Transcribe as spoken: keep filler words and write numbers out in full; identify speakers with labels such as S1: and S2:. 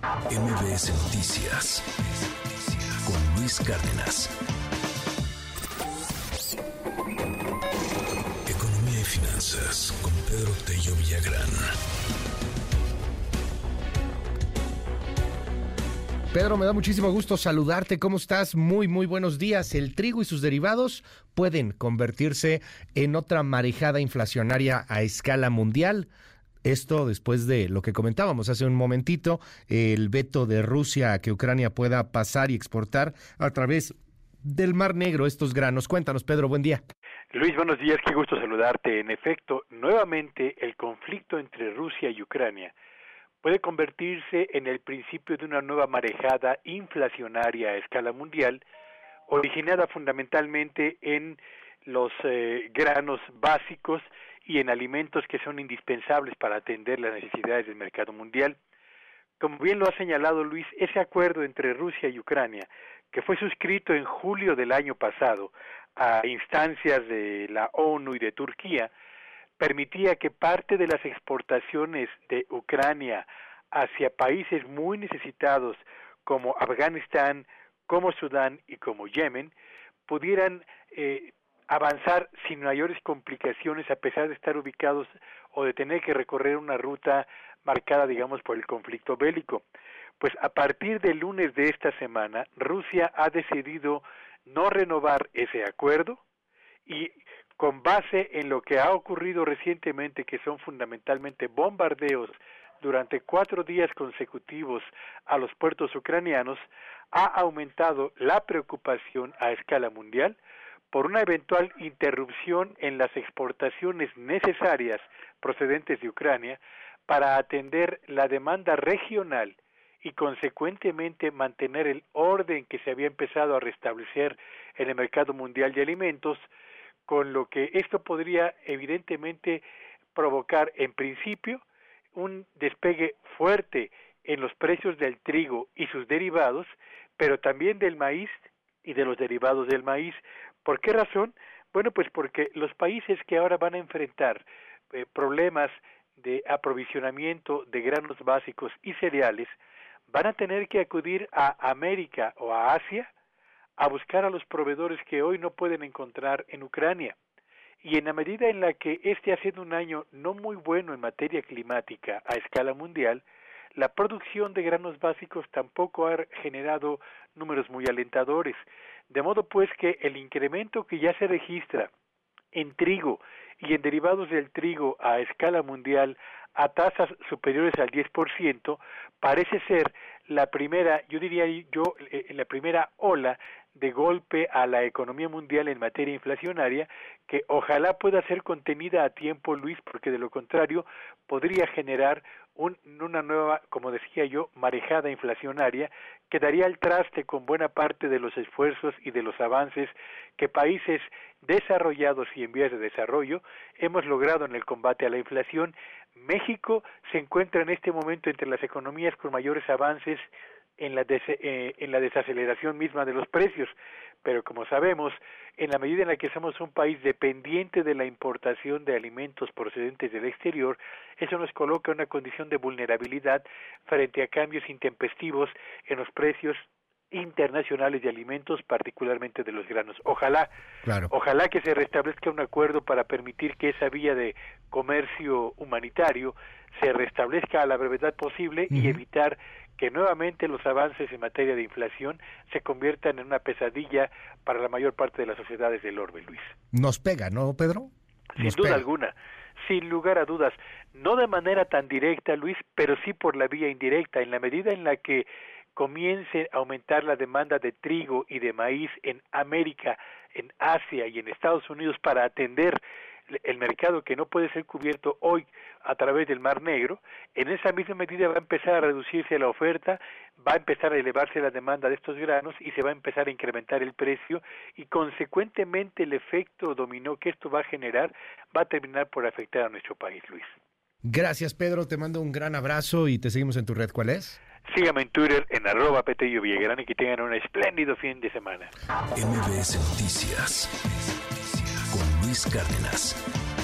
S1: M B S Noticias con Luis Cárdenas. Economía y finanzas con Pedro Tello Villagrán.
S2: Pedro, me da muchísimo gusto saludarte. ¿Cómo estás? Muy, muy buenos días. El trigo y sus derivados pueden convertirse en otra marejada inflacionaria a escala mundial. Esto después de lo que comentábamos hace un momentito, el veto de Rusia a que Ucrania pueda pasar y exportar a través del Mar Negro estos granos. Cuéntanos, Pedro, buen día.
S3: Luis, buenos días, qué gusto saludarte. En efecto, nuevamente el conflicto entre Rusia y Ucrania puede convertirse en el principio de una nueva marejada inflacionaria a escala mundial, originada fundamentalmente en los eh, granos básicos y en alimentos que son indispensables para atender las necesidades del mercado mundial. Como bien lo ha señalado Luis, ese acuerdo entre Rusia y Ucrania, que fue suscrito en julio del año pasado a instancias de la ONU y de Turquía, permitía que parte de las exportaciones de Ucrania hacia países muy necesitados como Afganistán, como Sudán y como Yemen, pudieran eh, avanzar sin mayores complicaciones a pesar de estar ubicados o de tener que recorrer una ruta marcada, digamos, por el conflicto bélico. Pues a partir del lunes de esta semana, Rusia ha decidido no renovar ese acuerdo y con base en lo que ha ocurrido recientemente, que son fundamentalmente bombardeos durante cuatro días consecutivos a los puertos ucranianos, ha aumentado la preocupación a escala mundial por una eventual interrupción en las exportaciones necesarias procedentes de Ucrania para atender la demanda regional y consecuentemente mantener el orden que se había empezado a restablecer en el mercado mundial de alimentos, con lo que esto podría evidentemente provocar en principio un despegue fuerte en los precios del trigo y sus derivados, pero también del maíz y de los derivados del maíz. ¿Por qué razón? Bueno, pues porque los países que ahora van a enfrentar eh, problemas de aprovisionamiento de granos básicos y cereales van a tener que acudir a América o a Asia a buscar a los proveedores que hoy no pueden encontrar en Ucrania. Y en la medida en la que este ha sido un año no muy bueno en materia climática a escala mundial, la producción de granos básicos tampoco ha generado números muy alentadores. De modo pues que el incremento que ya se registra en trigo y en derivados del trigo a escala mundial a tasas superiores al diez por ciento parece ser la primera, yo diría yo, la primera ola de golpe a la economía mundial en materia inflacionaria, que ojalá pueda ser contenida a tiempo, Luis, porque de lo contrario podría generar un, una nueva, como decía yo, marejada inflacionaria que daría al traste con buena parte de los esfuerzos y de los avances que países desarrollados y en vías de desarrollo hemos logrado en el combate a la inflación. México se encuentra en este momento entre las economías con mayores avances en la, des, eh, en la desaceleración misma de los precios, pero como sabemos, en la medida en la que somos un país dependiente de la importación de alimentos procedentes del exterior, eso nos coloca en una condición de vulnerabilidad frente a cambios intempestivos en los precios internacionales de alimentos, particularmente de los granos. Ojalá, claro. ojalá que se restablezca un acuerdo para permitir que esa vía de comercio humanitario se restablezca a la brevedad posible uh-huh. y evitar que nuevamente los avances en materia de inflación se conviertan en una pesadilla para la mayor parte de las sociedades del orbe, Luis.
S2: Nos pega, ¿no, Pedro?
S3: Sin duda alguna, sin lugar a dudas, no de manera tan directa, Luis, pero sí por la vía indirecta, en la medida en la que comience a aumentar la demanda de trigo y de maíz en América, en Asia y en Estados Unidos para atender el mercado que no puede ser cubierto hoy a través del Mar Negro, en esa misma medida va a empezar a reducirse la oferta, va a empezar a elevarse la demanda de estos granos y se va a empezar a incrementar el precio y consecuentemente el efecto dominó que esto va a generar va a terminar por afectar a nuestro país, Luis.
S2: Gracias, Pedro, te mando un gran abrazo y te seguimos en tu red. ¿Cuál es?
S3: Sígame en Twitter en arroba Petello Villagrán y que tengan un espléndido fin de semana.
S1: M B S Noticias con Luis Cárdenas.